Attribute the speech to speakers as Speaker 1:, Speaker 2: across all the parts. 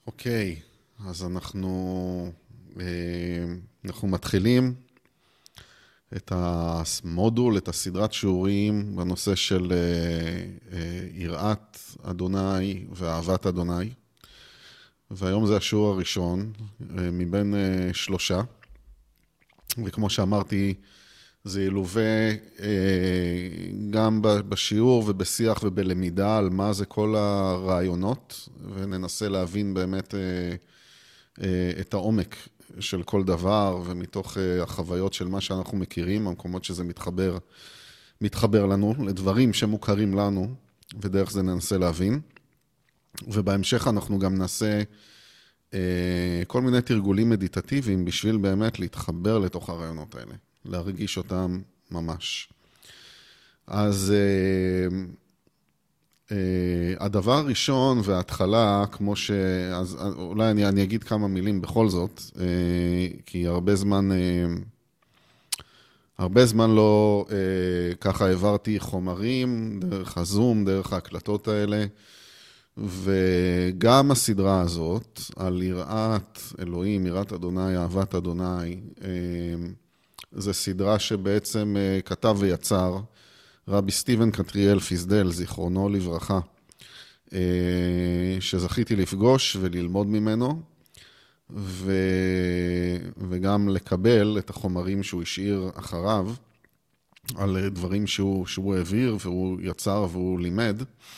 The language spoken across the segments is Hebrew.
Speaker 1: אוקיי, אז אה, אנחנו מתחילים את המודול, את הסדרת שיעורים בנושא של יראת אדוני ואהבת אדוני. והיום זה השיעור הראשון מבין שלושה. וכמו שאמרתי, זה ילווה גם בשיעור ובשיח ובלמידה על מה זה כל הרעיונות, וננסה להבין באמת את העומק של כל דבר, ומתוך החוויות של מה שאנחנו מכירים, המקומות שזה מתחבר לנו, לדברים שמוכרים לנו, ודרך זה ננסה להבין. ובהמשך אנחנו גם נעשה כל מיני תרגולים מדיטטיביים, בשביל באמת להתחבר לתוך הרעיונות האלה, להרגיש אותם ממש. אז הדבר הראשון וההתחלה, אז אולי אני אגיד כמה מילים בכל זאת, כי הרבה זמן לא ככה העברתי חומרים דרך הזום, דרך ההקלטות האלה, וגם הסדרה הזאת על יראת אלוהים, יראת אדוני, אהבת אדוני, זו סדרה שבעצם כתב ויצר רבי סטיבן קטריאל פיסדל, זיכרונו לברכה, שזכיתי לפגוש וללמוד ממנו, וגם לקבל את החומרים שהוא השאיר אחריו, על דברים שהוא העביר והוא יצר והוא לימד,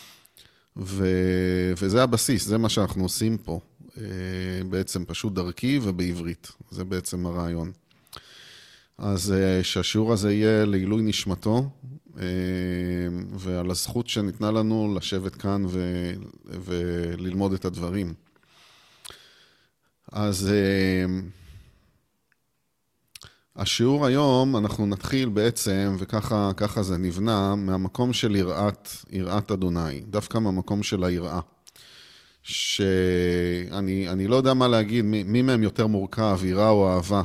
Speaker 1: וזה הבסיס, זה מה שאנחנו עושים פה, בעצם פשוט דרכי ובעברית, זה בעצם הרעיון. אז שהשיעור הזה יהיה לעילוי נשמתו, ועל הזכות שניתנה לנו לשבת כאן וללמוד את הדברים. אז השיעור היום אנחנו נתחיל בעצם, וככה זה נבנה, מהמקום של יראת אדוני, דווקא מהמקום של היראה. שאני לא יודע מה להגיד, מי מהם יותר מורכב, יראה או אהבה.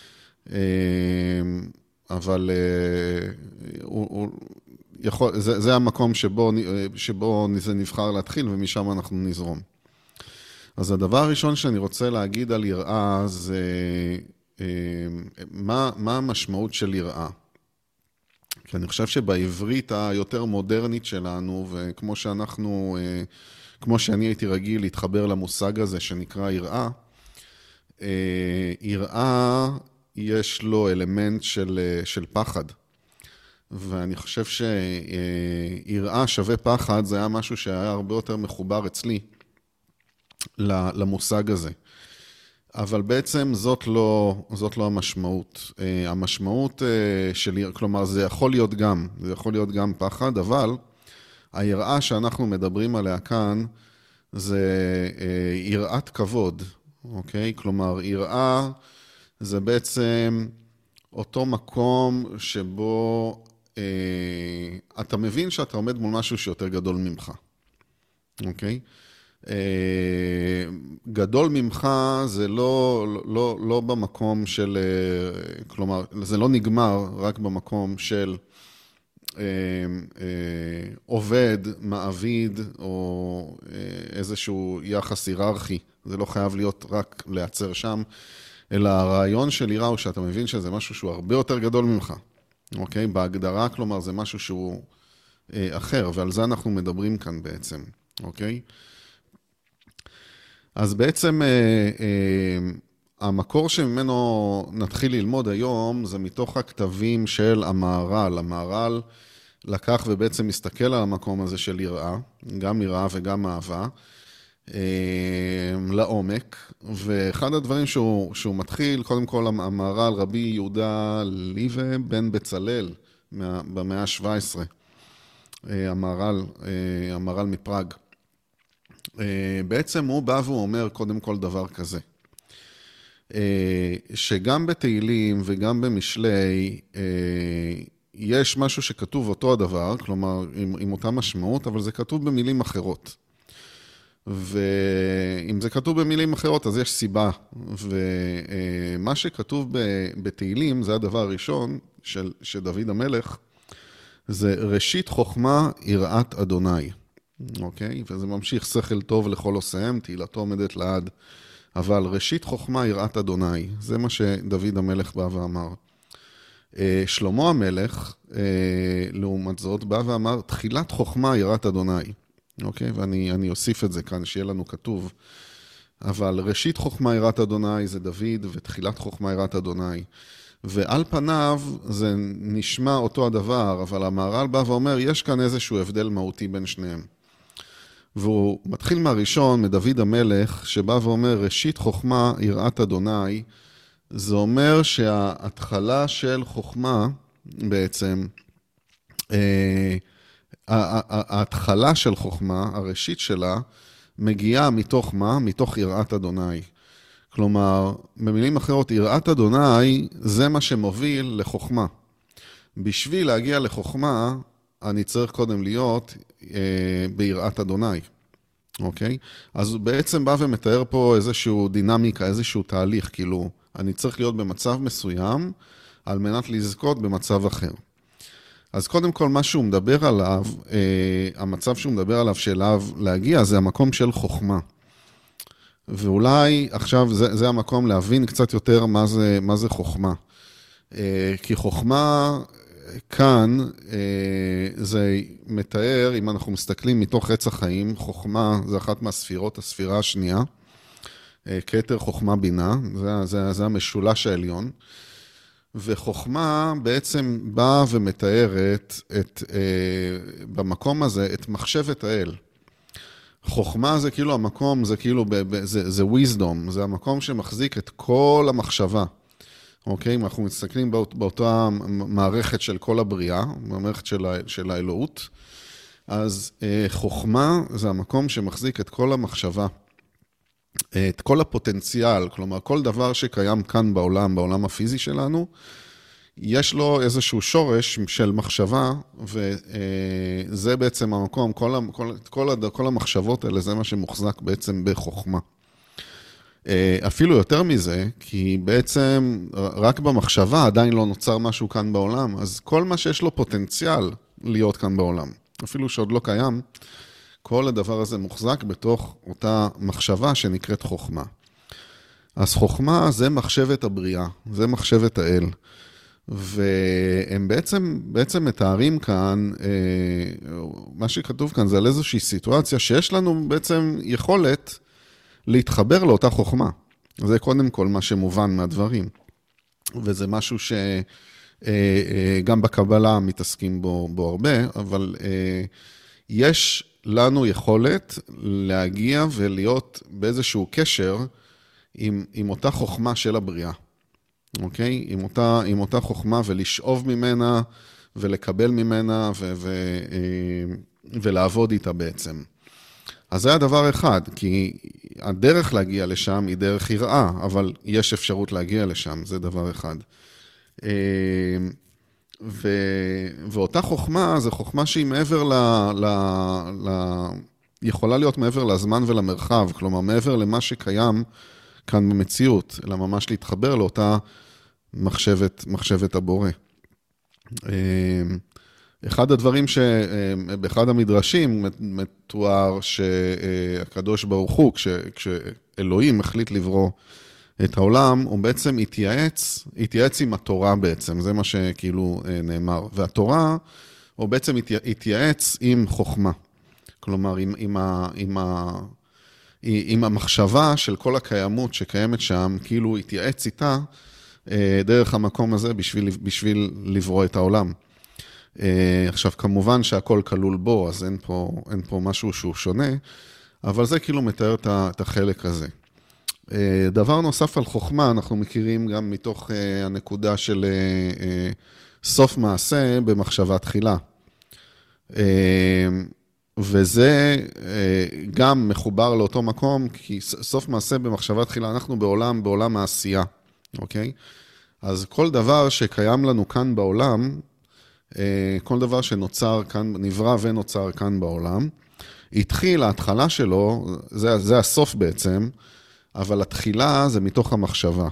Speaker 1: אבל זה המקום שבו זה נבחר להתחיל, ומשם אנחנו נזרום. אז הדבר הראשון שאני רוצה להגיד על יראה זה מה המשמעות של יראה. כי אני חושב שבעברית היותר מודרנית שלנו, וכמו שאני הייתי רגיל להתחבר למושג הזה שנקרא יראה, יראה יש לו אלמנט של פחד. ואני חושב שיראה שווה פחד, זה היה משהו שהיה הרבה יותר מחובר אצלי למושג הזה. אבל בעצם זאת לא המשמעות. המשמעות כלומר, זה יכול להיות גם פחד, אבל היראה שאנחנו מדברים עליה כאן, זה יראת כבוד, אוקיי? כלומר, יראה זה בעצם אותו מקום שבו אתה מבין שאתה עומד מול משהו שיותר גדול ממך, אוקיי? גדול ממך זה לא במקום של, כלומר, זה לא נגמר רק במקום של עובד, מעביד, או איזשהו יחס היררכי. זה לא חייב להיות רק לייצר שם, אלא הרעיון של יראה הוא שאתה מבין שזה משהו שהוא הרבה יותר גדול ממך. אוקיי? בהגדרה, כלומר, זה משהו שהוא אחר, ועל זה אנחנו מדברים כאן בעצם. אוקיי? אז בעצם המקור שממנו נתחיל ללמוד היום, זה מתוך הכתבים של המהר"ל. המהר"ל לקח ובעצם מסתכל על המקום הזה של יראה, גם יראה וגם אהבה, לעומק, ואחד הדברים שהוא מתחיל, קודם כל המהר"ל, רבי יהודה ליבה בן בצלאל, במאה ה-17, המהר"ל מפראג. בעצם הוא בא והוא אומר קודם כל דבר כזה, שגם בתהילים וגם במשלי, יש משהו שכתוב אותו הדבר, כלומר עם אותה משמעות, אבל זה כתוב במילים אחרות. ואם זה כתוב במילים אחרות, אז יש סיבה. ומה שכתוב בתהילים, זה הדבר הראשון של דוד המלך, זה ראשית חוכמה יראת אדוני. אוקיי? וזה ממשיך שכל טוב לכל עושיהם, תהילתו עומדת לעד. אבל ראשית חוכמה יראת אדוני, זה מה שדוד המלך בא ואמר. שלמה המלך, לעומת זאת, בא ואמר, תחילת חוכמה יראת אדוני. אוקיי? ואני אוסיף את זה כאן, שיהיה לנו כתוב. אבל ראשית חוכמה יראת אדוני זה דוד, ותחילת חוכמה יראת אדוני. ועל פניו זה נשמע אותו הדבר, אבל המהר"ל בא ואומר, יש כאן איזשהו הבדל מהותי בין שניהם. והוא מתחיל מהראשון, מדוד המלך, שבא ואומר, ראשית חוכמה יראת אדוני, זה אומר שההתחלה של חוכמה, בעצם, ההתחלה של חוכמה, הראשית שלה, מגיעה מתוך מה? מתוך יראת אדוני. כלומר, במילים אחרות, יראת אדוני זה מה שמוביל לחוכמה. בשביל להגיע לחוכמה, אני צריך קודם להיות ביראת אדוני. אוקיי? אז הוא בעצם בא ומתאר פה איזשהו דינמיקה, איזשהו תהליך, כאילו, אני צריך להיות במצב מסוים, על מנת לזכות במצב אחר. אז קודם כל, מה שהוא מדבר עליו, המצב שהוא מדבר עליו שאליו להגיע, זה המקום של חוכמה. ואולי עכשיו זה המקום להבין קצת יותר מה זה חוכמה. כי חוכמה כאן זה מתאר, אם אנחנו מסתכלים מתוך עץ החיים, חוכמה זה אחת מהספירות, הספירה השנייה, כתר חוכמה בינה, זה המשולש העליון, וחוכמה בעצם באה ומתארת במקום הזה את מחשבת האל. חוכמה זה כאילו המקום, זה כאילו, זה wisdom, זה המקום שמחזיק את כל המחשבה. אוקיי? אם אנחנו מסתכלים באותה מערכת של כל הבריאה, במערכת של האלוהות, אז חוכמה זה המקום שמחזיק את כל המחשבה, את כל הפוטנציאל, כלומר, כל דבר שקיים כאן בעולם הפיזי שלנו, יש לו איזשהו שורש של מחשבה, וזה בעצם המקום, כל המחשבות האלה, זה מה שמוחזק בעצם בחוכמה. אפילו יותר מזה, כי בעצם רק במחשבה עדיין לא נוצר משהו כאן בעולם, אז כל מה שיש לו פוטנציאל להיות כאן בעולם, אפילו שעוד לא קיים, כל הדבר הזה מוחזק בתוך אותה מחשבה שנקראת חוכמה. אז חוכמה זה מחשבת הבריאה, זה מחשבת האל. והם בעצם מתארים כאן, מה שכתוב כאן זה על איזושהי סיטואציה שיש לנו בעצם יכולת להתחבר לאותה חוכמה. זה קודם כל מה שמובן מהדברים. וזה משהו שגם בקבלה מתעסקים בו הרבה, אבל יש לנו יכולת להגיע ולהיות באיזשהו קשר עם אותה חוכמה של הבריאה. אוקיי? עם אותה חוכמה ולשאוב ממנה ולקבל ממנה ולעבוד איתה בעצם. אז זה הדבר אחד, כי הדרך להגיע לשם היא דרך יראה, אבל יש אפשרות להגיע לשם, זה דבר אחד. ואותה חוכמה, זו חוכמה שהיא מעבר יכולה להיות מעבר לזמן ולמרחב, כלומר מעבר למה שקיים כאן במציאות, אלא ממש להתחבר לאותה מחשבת הבורא. אחד הדברים שבאחד המדרשים מתואר שהקדוש ברוך הוא, כשאלוהים החליט לברוא את העולם, הוא בעצם התייעץ עם התורה בעצם, זה מה שכאילו נאמר. והתורה, הוא בעצם התייעץ עם חוכמה. כלומר, עם המחשבה של כל הקיימות שקיימת שם, כאילו התייעץ איתה דרך המקום הזה בשביל לברוא את העולם. עכשיו, כמובן שהכל כלול בו, אז אין פה משהו שהוא שונה, אבל זה כאילו מתאר את החלק הזה. דבר נוסף על חוכמה, אנחנו מכירים גם מתוך הנקודה של סוף מעשה במחשבה תחילה. וזה גם מחובר לאותו מקום, כי סוף מעשה במחשבה תחילה, אנחנו בעולם העשייה, אוקיי? אז כל דבר שקיים לנו כאן בעולם, כל דבר שנוצר כאן, נברא ונוצר כאן בעולם, התחיל, ההתחלה שלו, זה הסוף בעצם, אבל התחילה זה מתוך המחשבה.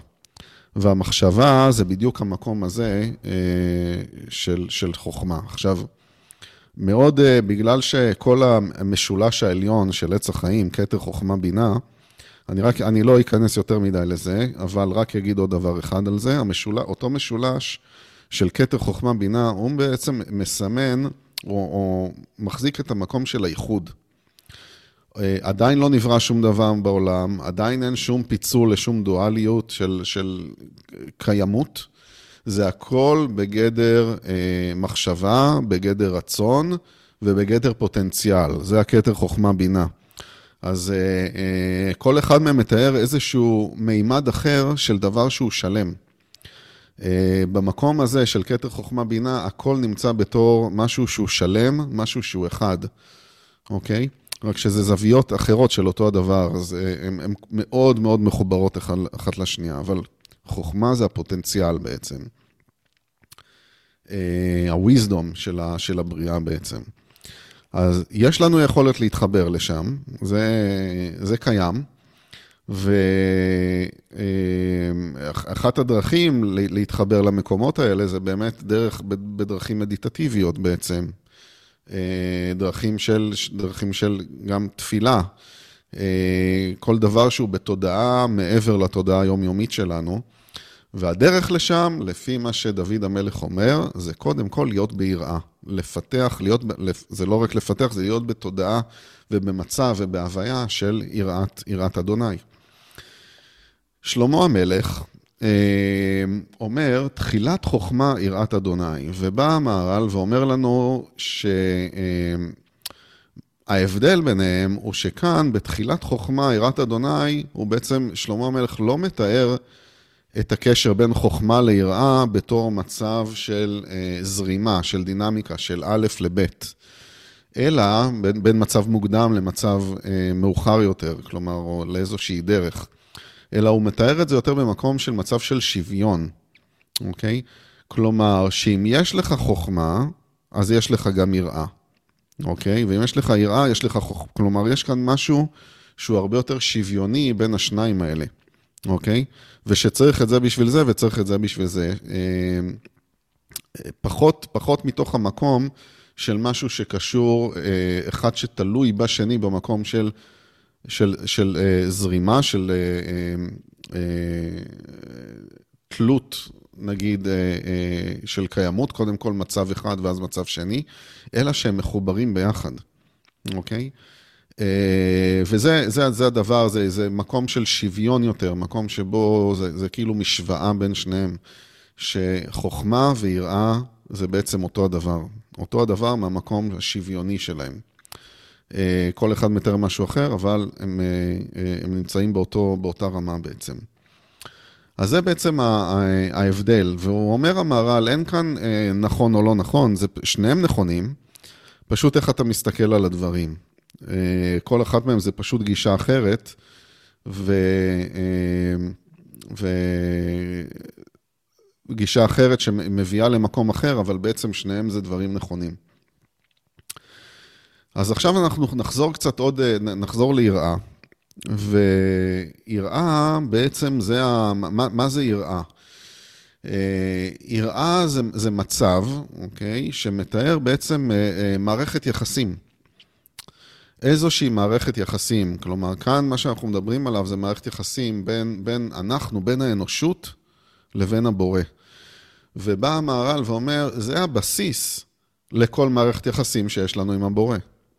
Speaker 1: והמחשבה זה בדיוק המקום הזה של חוכמה. עכשיו, מאוד, בגלל שכל המשולש העליון של עץ החיים, כתר חוכמה בינה, אני לא אכנס יותר מדי לזה, אבל רק אגיד עוד דבר אחד על זה, אותו משולש של כתר חוכמה בינה, הוא בעצם מסמן, או מחזיק את המקום של הייחוד. עדיין לא נברא שום דבר בעולם, עדיין אין שום פיצול לשום דואליות של קיימות, זה הכל בגדר מחשבה, בגדר רצון ובגדר פוטנציאל, זה הכתר חוכמה בינה. אז כל אחד מהם מתאר איזשהו מימד אחר של דבר שהוא שלם. במקום הזה של כתר חוכמה בינה, הכל נמצא בתור משהו שהוא שלם, משהו שהוא אחד, אוקיי? רק שזה זוויות אחרות של אותו הדבר, אז הן מאוד מאוד מחוברות אחת לשנייה, אבל חוכמה זה הפוטנציאל בעצם. הוויזדום של הבריאה בעצם. אז יש לנו יכולת להתחבר לשם, זה קיים, ואחת הדרכים להתחבר למקומות האלה זה באמת בדרכים מדיטטיביות בעצם, דרכים של גם תפילה, כל דבר שהוא בתודעה מעבר לתודעה היומיומית שלנו, והדרך לשם, לפי מה שדוד המלך אומר, זה קודם כל להיות ביראה, לפתח, זה לא רק לפתח, זה להיות בתודעה ובמצב ובהוויה של יראת אדוני. שלמה המלך אומר, תחילת חוכמה יראת אדוני, ובא המהר"ל ואומר לנו שההבדל ביניהם הוא שכאן בתחילת חוכמה יראת אדוני, הוא בעצם שלמה המלך לא מתאר את הקשר בין חוכמה ליראה בתור מצב של זרימה, של דינמיקה, של א' לב', אלא בין מצב מוקדם למצב מאוחר יותר, כלומר, או לאיזושהי דרך. אלא הוא מתאר את זה יותר במקום של מצב של שוויון, אוקיי? כלומר, שאם יש לך חוכמה, אז יש לך גם יראה, אוקיי? ואם יש לך יראה, יש לך חוכמה. כלומר, יש כאן משהו שהוא הרבה יותר שוויוני בין השניים האלה, אוקיי? ושצריך את זה בשביל זה, וצריך את זה בשביל זה. פחות מתוך המקום של משהו שקשור, אחד שתלוי בשני במקום של זרימה, של תלות, נגיד, של קיימות, קודם כל מצב אחד ואז מצב שני, אלא שהם מחוברים ביחד, אוקיי? וזה הדבר, זה מקום של שוויון יותר, מקום שבו זה כאילו משוואה בין שניהם, שחוכמה ויראה זה בעצם אותו הדבר מהמקום השוויוני שלהם. כל אחד מתאר משהו אחר, אבל הם נמצאים באותה רמה בעצם. אז זה בעצם ההבדל, והוא אומר המהר"ל, אין כאן נכון או לא נכון, שניהם נכונים, פשוט איך אתה מסתכל על הדברים. כל אחת מהם זה פשוט גישה אחרת, וגישה אחרת שמביאה למקום אחר, אבל בעצם שניהם זה דברים נכונים. אז עכשיו אנחנו נחזור ליראה, ויראה בעצם מה זה יראה? יראה זה מצב, אוקיי, שמתאר בעצם מערכת יחסים. איזושהי מערכת יחסים, כלומר, כאן מה שאנחנו מדברים עליו זה מערכת יחסים בין האנושות לבין הבורא. ובא המהר"ל ואומר, זה הבסיס לכל מערכת יחסים שיש לנו עם הבורא.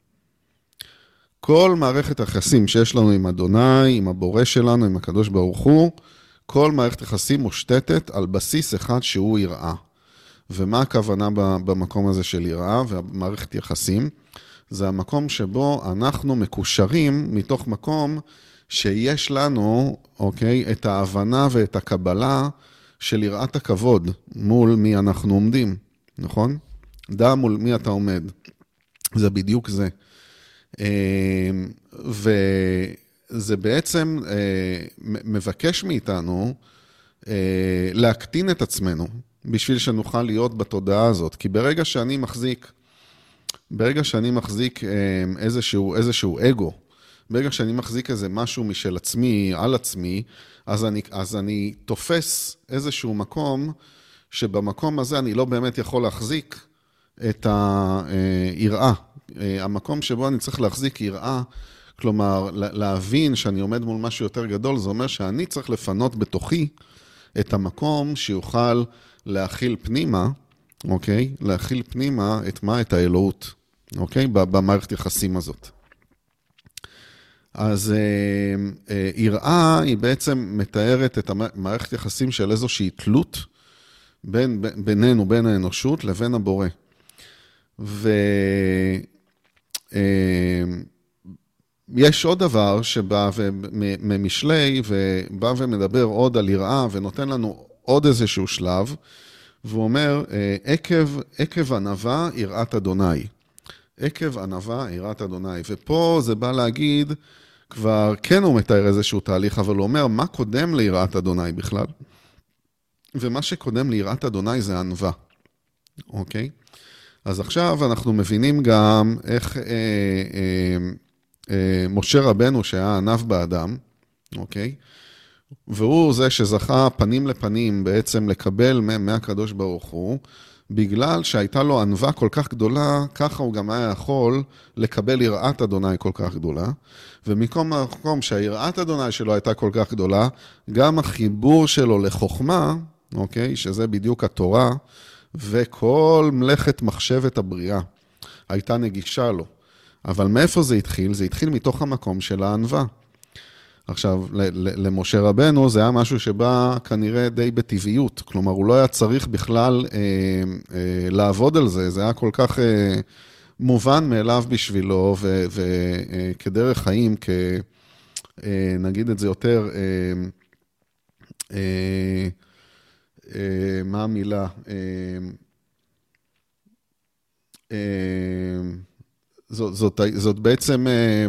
Speaker 1: כל מערכת היחסים שיש לנו עם אדוני, עם הבורא שלנו, עם הקדוש ברוך הוא, כל מערכת יחסים מושתתת על בסיס אחד שהוא יראה. ומה הכוונה במקום הזה של יראה ומערכת יחסים? זה המקום שבו אנחנו מקושרים מתוך מקום שיש לנו, אוקיי, את ההבנה ואת הקבלה של יראת הכבוד מול מי אנחנו עומדים, נכון? דע מול מי אתה עומד. זה בדיוק זה. וזה בעצם מבקש מאיתנו להקטין את עצמנו בשביל שנוכל להיות בתודעה הזאת. כי ברגע שאני מחזיק איזשהו אגו, ברגע שאני מחזיק איזה משהו משל עצמי, על עצמי, אז אני תופס איזשהו מקום, שבמקום הזה אני לא באמת יכול להחזיק את היראה. המקום שבו אני צריך להחזיק יראה, כלומר, להבין שאני עומד מול משהו יותר גדול, זה אומר שאני צריך לפנות בתוכי את המקום שיוכל להכיל פנימה, אוקיי? להכיל פנימה את מה? את האלוהות, אוקיי? במערכת יחסים הזאת. אז יראה היא בעצם מתארת את המערכת יחסים של איזושהי תלות בינינו, בין האנושות לבין הבורא. יש עוד דבר שבא ממשלי ובא ומדבר עוד על יראה ונותן לנו עוד איזשהו שלב, והוא אומר, עקב ענווה יראת אדוני. עקב ענווה יראת אדוני. ופה זה בא להגיד, כבר כן הוא מתאר איזשהו תהליך, אבל הוא אומר, מה קודם ליראת אדוני בכלל? ומה שקודם ליראת אדוני זה ענווה. אוקיי? אז עכשיו אנחנו מבינים גם איך משה רבנו שהיה ענב באדם, אוקיי? והוא זה שזכה פנים לפנים בעצם לקבל מהקדוש ברוך הוא, בגלל שהייתה לו ענווה כל כך גדולה, ככה הוא גם היה יכול לקבל יראת אדוני כל כך גדולה, ומקום המקום שהיראת אדוני שלו הייתה כל כך גדולה, גם החיבור שלו לחוכמה, אוקיי? שזה בדיוק התורה, וכל מלאכת מחשבת הבריאה הייתה נגישה לו. אבל מאיפה זה התחיל? זה התחיל מתוך המקום של הענווה. עכשיו, למשה רבנו זה היה משהו שבא כנראה די בטבעיות, כלומר הוא לא היה צריך בכלל לעבוד על זה, זה היה כל כך מובן מאליו בשבילו, וכדרך חיים, נגיד את זה יותר, מה המילה? זאת בעצם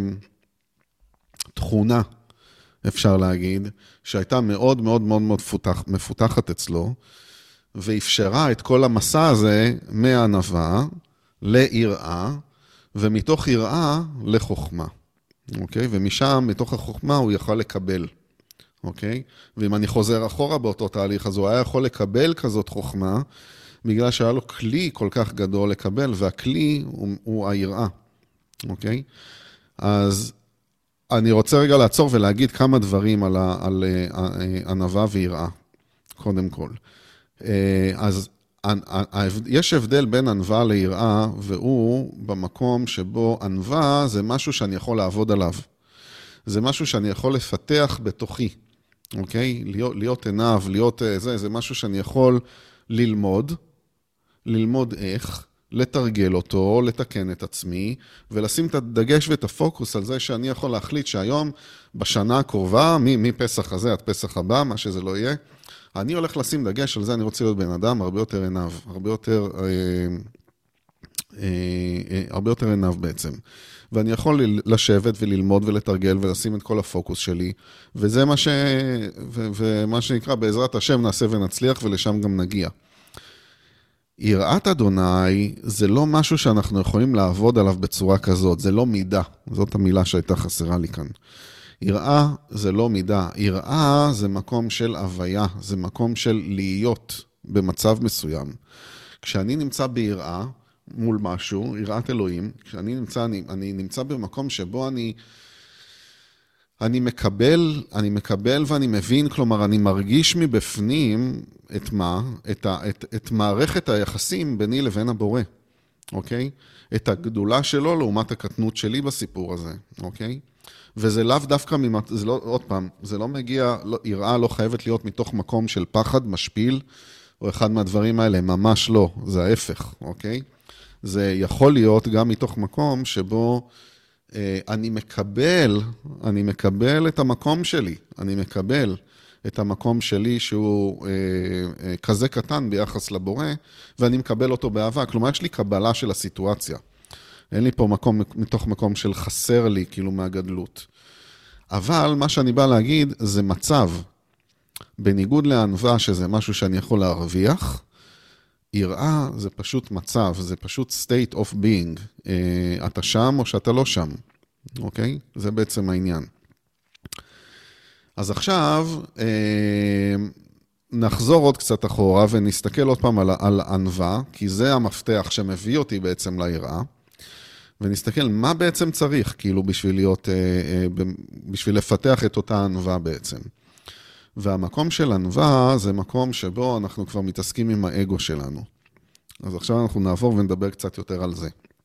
Speaker 1: תכונה, אפשר להגיד, שהייתה מאוד מאוד מאוד מאוד מפותחת אצלו, ואפשרה את כל המסע הזה מהענווה ליראה, ומתוך יראה לחוכמה. אוקיי? ומשם, מתוך החוכמה, הוא יכול לקבל. אוקיי? ואם אני חוזר אחורה באותו תהליך, אז הוא היה יכול לקבל כזאת חוכמה, בגלל שהיה לו כלי כל כך גדול לקבל, והכלי הוא היראה. אוקיי? אז אני רוצה רגע לעצור ולהגיד כמה דברים על ענווה ויראה, קודם כל. אז יש הבדל בין ענווה ליראה, והוא במקום שבו ענווה זה משהו שאני יכול לעבוד עליו. זה משהו שאני יכול לפתח בתוכי, אוקיי? להיות עיניו, להיות זה משהו שאני יכול ללמוד איך, לתרגל אותו, לתקן את עצמי, ולשים את הדגש ואת הפוקוס על זה שאני יכול להחליט שהיום, בשנה הקרובה, מפסח הזה עד פסח הבא, מה שזה לא יהיה, אני הולך לשים דגש על זה, אני רוצה להיות בן אדם הרבה יותר עיניו, הרבה יותר עיניו בעצם. ואני יכול לשבת וללמוד ולתרגל ולשים את כל הפוקוס שלי, וזה מה שנקרא, בעזרת השם נעשה ונצליח, ולשם גם נגיע. יראת אדוני זה לא משהו שאנחנו יכולים לעבוד עליו בצורה כזאת, זה לא מידה, זאת המילה שהייתה חסרה לי כאן. יראה זה לא מידה, יראה זה מקום של הוויה, זה מקום של להיות במצב מסוים. כשאני נמצא ביראה מול משהו, יראת אלוהים, כשאני נמצא במקום שבו אני מקבל ואני מבין, כלומר, אני מרגיש מבפנים את מה? את מערכת היחסים ביני לבין הבורא, אוקיי? את הגדולה שלו לעומת הקטנות שלי בסיפור הזה, אוקיי? וזה לאו דווקא, זה לא, עוד פעם, זה לא מגיע, יראה לא חייבת להיות מתוך מקום של פחד, משפיל, או אחד מהדברים האלה, ממש לא, זה ההפך, אוקיי? זה יכול להיות גם מתוך מקום שבו אני מקבל את המקום שלי, אני מקבל את המקום שלי שהוא כזה קטן ביחס לבורא, ואני מקבל אותו באהבה, כלומר יש לי קבלה של הסיטואציה. אין לי פה מקום, מתוך מקום של חסר לי, כאילו מהגדלות. אבל מה שאני בא להגיד זה מצב, בניגוד לענווה שזה משהו שאני יכול להרוויח, יראה זה פשוט מצב, זה פשוט state of being. אתה שם או שאתה לא שם, אוקיי? זה בעצם העניין. אז עכשיו, נחזור עוד קצת אחורה ונסתכל עוד פעם על ענווה, כי זה המפתח שמביא אותי בעצם ליראה, ונסתכל מה בעצם צריך, כאילו בשביל לפתח את אותה ענווה בעצם. והמקום של ענווה זה מקום שבו אנחנו כבר מתעסקים עם האגו שלנו. אז עכשיו אנחנו נעבור ונדבר קצת יותר על זה.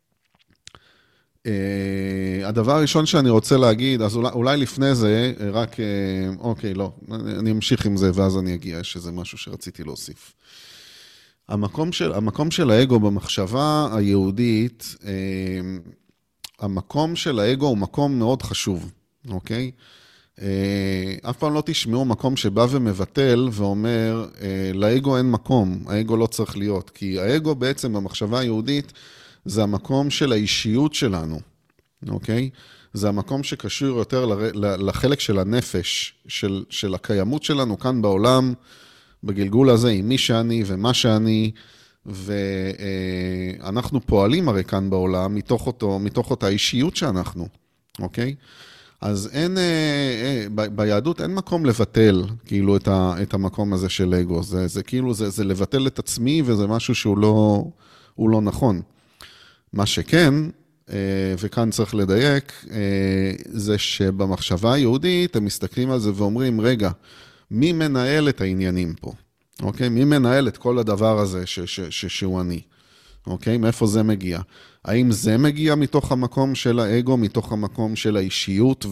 Speaker 1: הדבר הראשון שאני רוצה להגיד, אז אולי לפני זה, רק, אוקיי, לא, אני אמשיך עם זה ואז אני אגיע, שזה משהו שרציתי להוסיף. המקום של האגו במחשבה היהודית, המקום של האגו הוא מקום מאוד חשוב, אוקיי? אף פעם לא תשמעו מקום שבא ומבטל ואומר, לאגו אין מקום, האגו לא צריך להיות, כי האגו בעצם במחשבה היהודית, זה המקום של האישיות שלנו, אוקיי? זה המקום שקשור יותר לחלק של הנפש, של הקיימות שלנו כאן בעולם, בגלגול הזה, עם מי שאני ומה שאני, ואנחנו פועלים הרי כאן בעולם, מתוך אותה אישיות שאנחנו, אוקיי? אז ביהדות אין מקום לבטל, כאילו, את המקום הזה של אגו. זה כאילו, זה לבטל את עצמי, וזה משהו שהוא לא נכון. מה שכן, וכאן צריך לדייק, זה שבמחשבה היהודית הם מסתכלים על זה ואומרים, רגע, מי מנהל את העניינים פה? אוקיי? מי מנהל את כל הדבר הזה שהוא אני? אוקיי? מאיפה זה מגיע? האם זה מגיע מתוך המקום של האגו, מתוך המקום של האישיות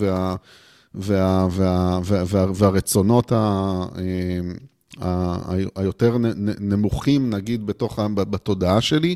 Speaker 1: והרצונות היותר נמוכים, נגיד, בתודעה שלי?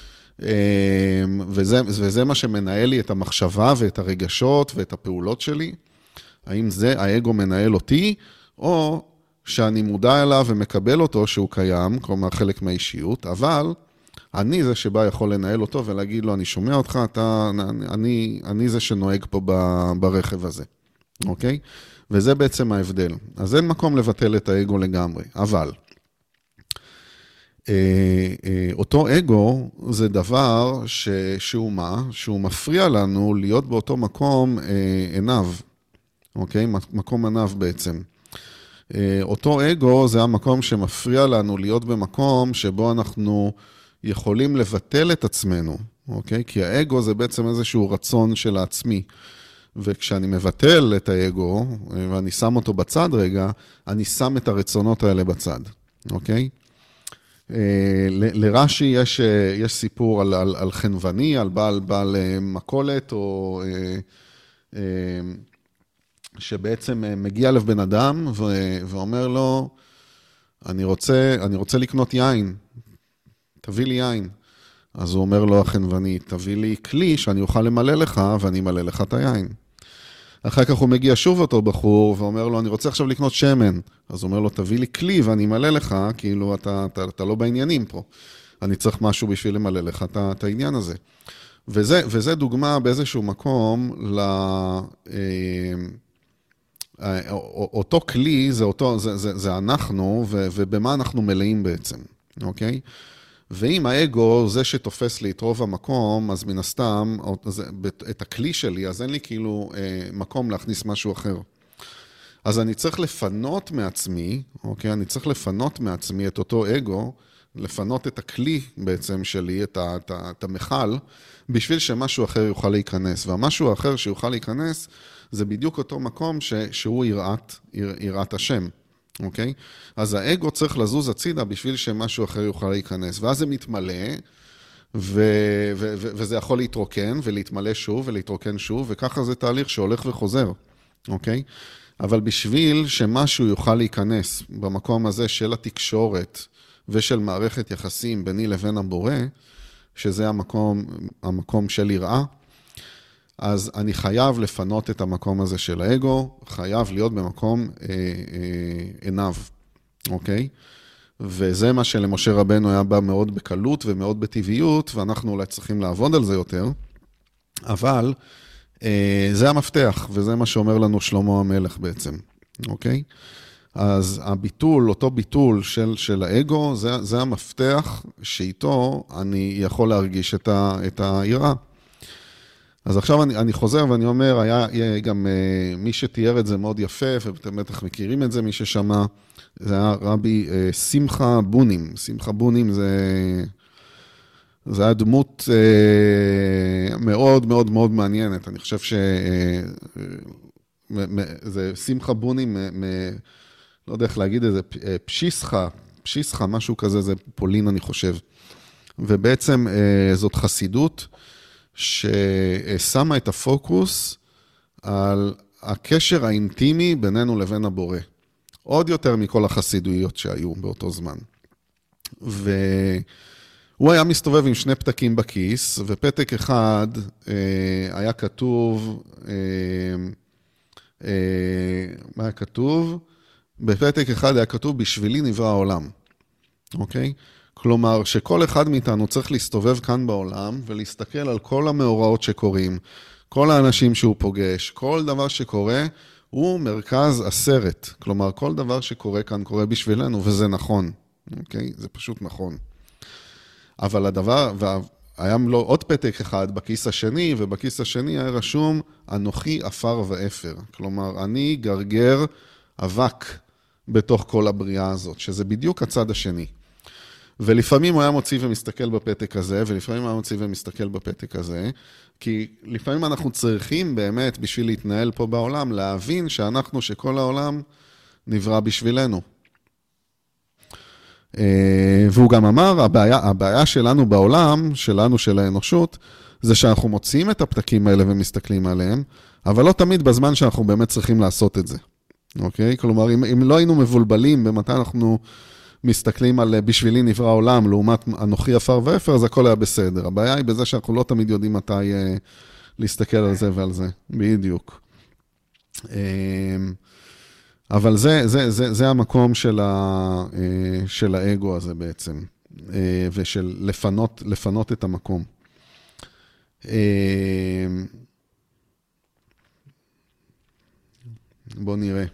Speaker 1: וזה מה שמנהל לי את המחשבה ואת הרגשות ואת הפעולות שלי. האם זה האגו מנהל אותי, או שאני מודע אליו ומקבל אותו שהוא קיים, כלומר חלק מהאישיות, אבל אני זה שבא יכול לנהל אותו ולהגיד לו, אני שומע אותך, אני זה שנוהג פה ברכב הזה, אוקיי? וזה בעצם ההבדל. אז אין מקום לבטל את האגו לגמרי, אבל אותו אגו זה דבר שהוא מפריע לנו להיות באותו מקום עיניו, אוקיי? מקום עיניו בעצם. אותו אגו זה המקום שמפריע לנו להיות במקום שבו אנחנו יכולים לבטל את עצמנו, אוקיי? כי האגו זה בעצם איזשהו רצון של העצמי. וכשאני מבטל את האגו, ואני שם אותו בצד רגע, אני שם את הרצונות האלה בצד, אוקיי? לרש"י יש סיפור על חנווני, על בעל מכולת, או שבעצם מגיע אליו בן אדם ואומר לו, אני רוצה לקנות יין, תביא לי יין. אז הוא אומר לו החנווני, תביא לי כלי שאני אוכל למלא לך, ואני אמלא לך את היין. אחר כך הוא מגיע שוב אותו בחור, ואומר לו, אני רוצה עכשיו לקנות שמן. אז הוא אומר לו, תביא לי כלי ואני אמלא לך, כאילו אתה לא בעניינים פה. אני צריך משהו בשביל למלא לך את העניין הזה. וזה דוגמה באיזשהו מקום, אותו כלי זה אנחנו, ובמה אנחנו מלאים בעצם, אוקיי? ואם האגו זה שתופס לי את רוב המקום, אז מן הסתם, את הכלי שלי, אז אין לי כאילו מקום להכניס משהו אחר. אז אני צריך לפנות מעצמי, אוקיי? אני צריך לפנות מעצמי את אותו אגו, לפנות את הכלי בעצם שלי, את המחל, בשביל שמשהו אחר יוכל להיכנס. והמשהו האחר שיוכל להיכנס, זה בדיוק אותו מקום שהוא יראת השם. אוקיי? אז האגו צריך לזוז הצידה בשביל שמשהו אחר יוכל להיכנס, ואז זה מתמלא, וזה יכול להתרוקן, ולהתמלא שוב, ולהתרוקן שוב, וככה זה תהליך שהולך וחוזר, אוקיי? אבל בשביל שמשהו יוכל להיכנס במקום הזה של התקשורת, ושל מערכת יחסים ביני לבין הבורא, שזה המקום של יראה, אז אני חייב לפנות את המקום הזה של האגו, חייב להיות במקום עיניו, אוקיי? וזה מה שלמשה רבנו היה בא מאוד בקלות ומאוד בטבעיות, ואנחנו אולי צריכים לעבוד על זה יותר, אבל זה המפתח, וזה מה שאומר לנו שלמה המלך בעצם, אוקיי? אז הביטול, אותו ביטול של האגו, זה המפתח שאיתו אני יכול להרגיש את היראה. אז עכשיו אני חוזר ואני אומר, היה גם מי שתיאר את זה מאוד יפה, ואתם בטח מכירים את זה, מי ששמע, זה היה רבי שמחה בונים. שמחה בונים זה היה דמות מאוד מאוד מאוד מעניינת. אני חושב זה שמחה בונים, לא יודע איך להגיד את זה, פשיסחה, משהו כזה, זה פולין אני חושב. ובעצם זאת חסידות, ששמה את הפוקוס על הקשר האינטימי בינינו לבין הבורא. עוד יותר מכל החסידויות שהיו באותו זמן. והוא היה מסתובב עם שני פתקים בכיס, ופתק אחד היה כתוב, מה היה כתוב? בפתק אחד היה כתוב, בשבילי נברא העולם. אוקיי? כלומר, שכל אחד מאיתנו צריך להסתובב כאן בעולם, ולהסתכל על כל המאורעות שקורים, כל האנשים שהוא פוגש, כל דבר שקורה, הוא מרכז הסרט. כלומר, כל דבר שקורה כאן קורה בשבילנו, וזה נכון. אוקיי? זה פשוט נכון. אבל הדבר, היה לו עוד פתק אחד בכיס השני, ובכיס השני היה רשום, אנוכי אפר ואפר. כלומר, אני גרגר אבק בתוך כל הבריאה הזאת, שזה בדיוק הצד השני. ולפעמים הוא היה מוציא ומסתכל בפתק הזה, ולפעמים הוא היה מוציא ומסתכל בפתק הזה, כי לפעמים אנחנו צריכים באמת, בשביל להתנהל פה בעולם, להבין שאנחנו, שכל העולם נברא בשבילנו. והוא גם אמר, הבעיה שלנו בעולם, שלנו, של האנושות, זה שאנחנו מוציאים את הפתקים האלה ומסתכלים עליהם, אבל לא תמיד בזמן שאנחנו באמת צריכים לעשות את זה. אוקיי? כלומר, אם לא היינו מבולבלים במתי אנחנו מסתכלים על בשבילי נברא העולם, לעומת אנוכי אפר ואפר, אז הכל היה בסדר. הבעיה היא בזה שאנחנו לא תמיד יודעים מתי להסתכל על זה ועל זה. בדיוק. אבל זה המקום של האגו הזה בעצם, ושל לפנות את המקום. בואו נראה.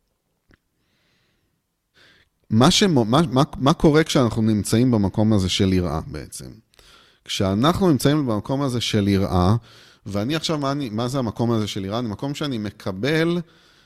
Speaker 1: מה קורה כשאנחנו נמצאים במקום הזה של יראה בעצם? כשאנחנו נמצאים במקום הזה של יראה, ואני עכשיו, מה זה המקום הזה של יראה? זה מקום שאני מקבל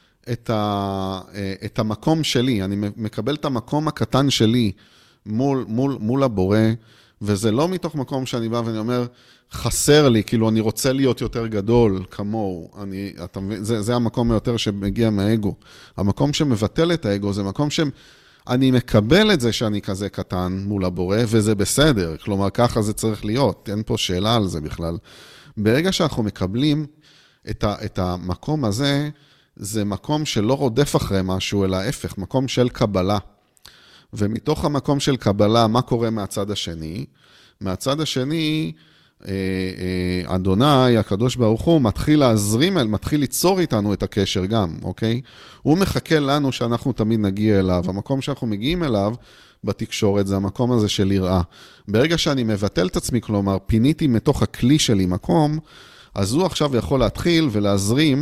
Speaker 1: את המקום שלי, אני מקבל את המקום הקטן שלי מול הבורא, וזה לא מתוך מקום שאני בא ואני אומר, חסר לי, כאילו אני רוצה להיות יותר גדול כמוהו, זה המקום היותר שמגיע מהאגו. המקום שמבטל את האגו, זה מקום שאני מקבל את זה שאני כזה קטן מול הבורא, וזה בסדר, כלומר ככה זה צריך להיות, אין פה שאלה על זה בכלל. ברגע שאנחנו מקבלים את המקום הזה, זה מקום שלא רודף אחרי משהו, אלא ההפך, מקום של קבלה. ומתוך המקום של קבלה, מה קורה מהצד השני? מהצד השני, אדוני, הקדוש ברוך הוא, מתחיל להזרים, מתחיל ליצור איתנו את הקשר גם, אוקיי? הוא מחכה לנו שאנחנו תמיד נגיע אליו. המקום שאנחנו מגיעים אליו בתקשורת, זה המקום הזה של יראה. ברגע שאני מבטל את עצמי, כלומר, פיניתי מתוך הכלי שלי מקום, אז הוא עכשיו יכול להתחיל ולהזרים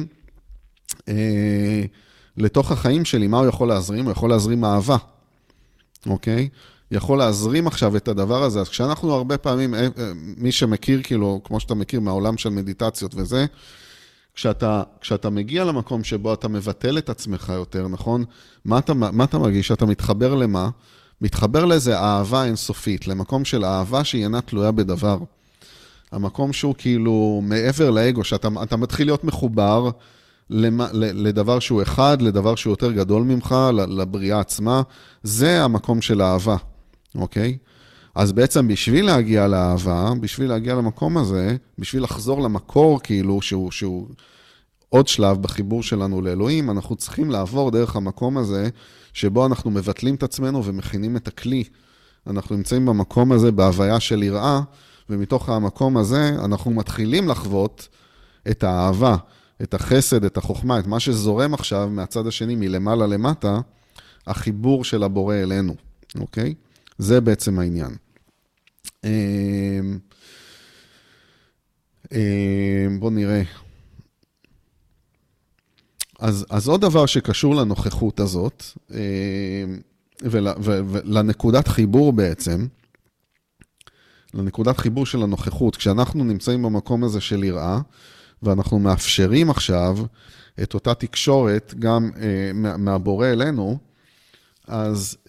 Speaker 1: לתוך החיים שלי. מה הוא יכול להזרים? הוא יכול להזרים אהבה, אוקיי? יכול להזרים עכשיו את הדבר הזה. אז כשאנחנו הרבה פעמים, מי שמכיר, כאילו, כמו שאתה מכיר מהעולם של מדיטציות וזה, כשאתה מגיע למקום שבו אתה מבטל את עצמך יותר, נכון? מה אתה מרגיש? אתה מתחבר למה? מתחבר לאיזה אהבה אינסופית, למקום של אהבה שהיא אינה תלויה בדבר. המקום שהוא כאילו מעבר לאגו, שאתה מתחיל להיות מחובר לדבר שהוא אחד, לדבר שהוא יותר גדול ממך, לבריאה עצמה, זה המקום של האהבה, אוקיי? אז בעצם בשביל להגיע לאהבה, בשביל להגיע למקום הזה, בשביל לחזור למקור כאילו שהוא עוד שלב בחיבור שלנו לאלוהים, אנחנו צריכים לעבור דרך המקום הזה, שבו אנחנו מבטלים את עצמנו ומכינים את הכלי. אנחנו נמצאים במקום הזה בהוויה של יראה, ומתוך המקום הזה אנחנו מתחילים לחוות את האהבה, את החסד, את החוכמה, את מה שזורם עכשיו מהצד השני מלמעלה למטה, החיבור של הבורא אלינו, אוקיי? זה בעצם העניין. בואו נראה. אז עוד דבר שקשור לנוכחות הזאת, ולנקודת חיבור בעצם, לנקודת חיבור של הנוכחות, כשאנחנו נמצאים במקום הזה של יראה, ואנחנו מאפשרים עכשיו את אותה תקשורת גם מהבורא אלינו, אז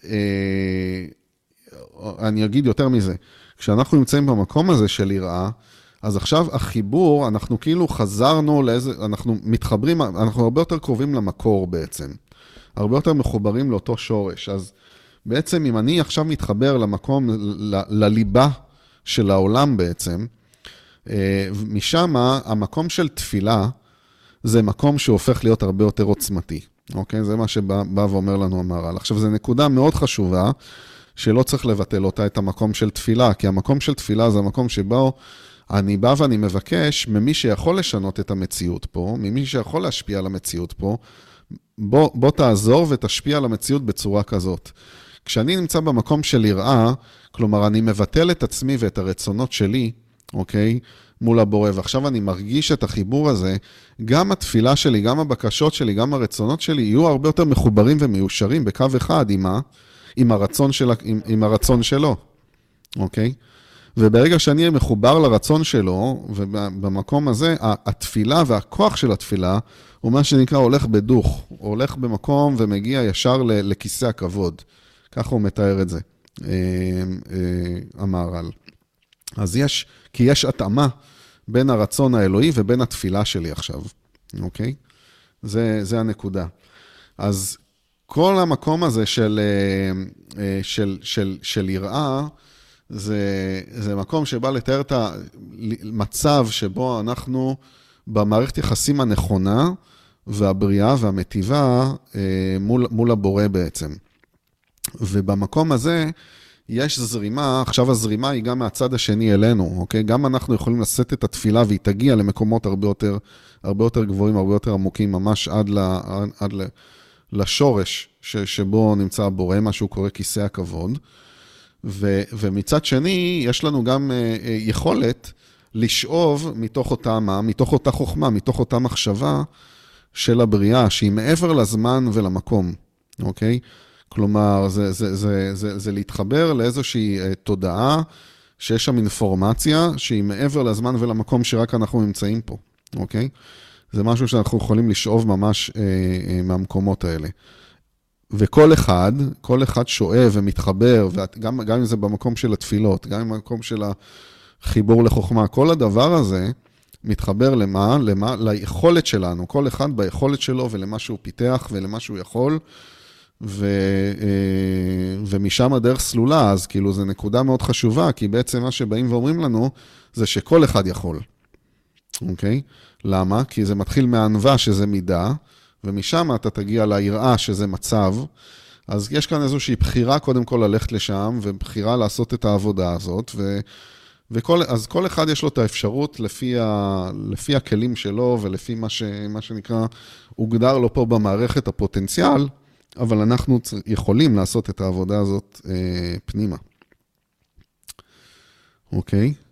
Speaker 1: אני אגיד יותר מזה, כשאנחנו נמצאים במקום הזה של יראה, אז עכשיו החיבור, אנחנו כאילו חזרנו אנחנו מתחברים, אנחנו הרבה יותר קרובים למקור בעצם, הרבה יותר מחוברים לאותו שורש, אז בעצם אם אני עכשיו מתחבר למקום, לליבה של העולם בעצם, משם המקום של תפילה, זה מקום שהופך להיות הרבה יותר עוצמתי, אוקיי? זה מה שבא ואומר לנו המהר"ל. עכשיו, זו נקודה מאוד חשובה, שלא צריך לבטל אותה את המקום של תפילה, כי המקום של תפילה זה המקום שבו אני בא ואני מבקש ממי שיכול לשנות את המציאות פה, ממי שיכול להשפיע על המציאות פה, בוא תעזור ותשפיע על המציאות בצורה כזאת. כשאני נמצא במקום של יראה, כלומר אני מבטל את עצמי ואת הרצונות שלי, אוקיי? מול הבורא, ועכשיו אני מרגיש את החיבור הזה, גם התפילה שלי, גם הבקשות שלי, גם הרצונות שלי, יהיו הרבה יותר מחוברים ומיושרים בקו אחד עם הרצון שלו, אוקיי? וברגע שאני אהיה מחובר לרצון שלו, ובמקום הזה, התפילה והכוח של התפילה, הוא מה שנקרא הולך בדוך, הוא הולך במקום ומגיע ישר לכיסא הכבוד. ככה הוא מתאר את זה, המהר"ל. אז כי יש התאמה בין הרצון האלוהי ובין התפילה שלי עכשיו, אוקיי? זה הנקודה. אז כל המקום הזה של יראה, זה מקום שבא לתאר את המצב שבו אנחנו במערכת יחסים הנכונה והבריאה והמטיבה מול הבורא בעצם. ובמקום הזה יש זרימה, עכשיו הזרימה היא גם מהצד השני אלינו, אוקיי? גם אנחנו יכולים לשאת את התפילה והיא תגיע למקומות הרבה יותר גבוהים, הרבה יותר עמוקים, ממש עד לשורש שבו נמצא הבורא, מה שהוא קורא כיסא הכבוד. ומצד שני, יש לנו גם יכולת לשאוב מתוך אותה חוכמה, מתוך אותה מחשבה של הבריאה, שהיא מעבר לזמן ולמקום, אוקיי? כלומר, זה להתחבר לאיזושהי תודעה, שיש שם אינפורמציה, שהיא מעבר לזמן ולמקום שרק אנחנו נמצאים פה, אוקיי? זה משהו שאנחנו יכולים לשאוב ממש מהמקומות האלה. וכל אחד שואב ומתחבר, גם אם זה במקום של התפילות, גם במקום של החיבור לחוכמה, כל הדבר הזה מתחבר למה? ליכולת שלנו, כל אחד ביכולת שלו ולמה שהוא פיתח ולמה שהוא יכול, ומשם הדרך סלולה, אז כאילו זו נקודה מאוד חשובה, כי בעצם מה שבאים ואומרים לנו, זה שכל אחד יכול, אוקיי? למה? כי זה מתחיל מהענווה שזה מידה, ומשם אתה תגיע ליראה שזה מצב, אז יש כאן איזושהי בחירה קודם כל ללכת לשם, ובחירה לעשות את העבודה הזאת, אז כל אחד יש לו את האפשרות לפי הכלים שלו, ולפי מה שנקרא, הוגדר לו פה במערכת הפוטנציאל, אבל אנחנו יכולים לעשות את העבודה הזאת פנימה. אוקיי?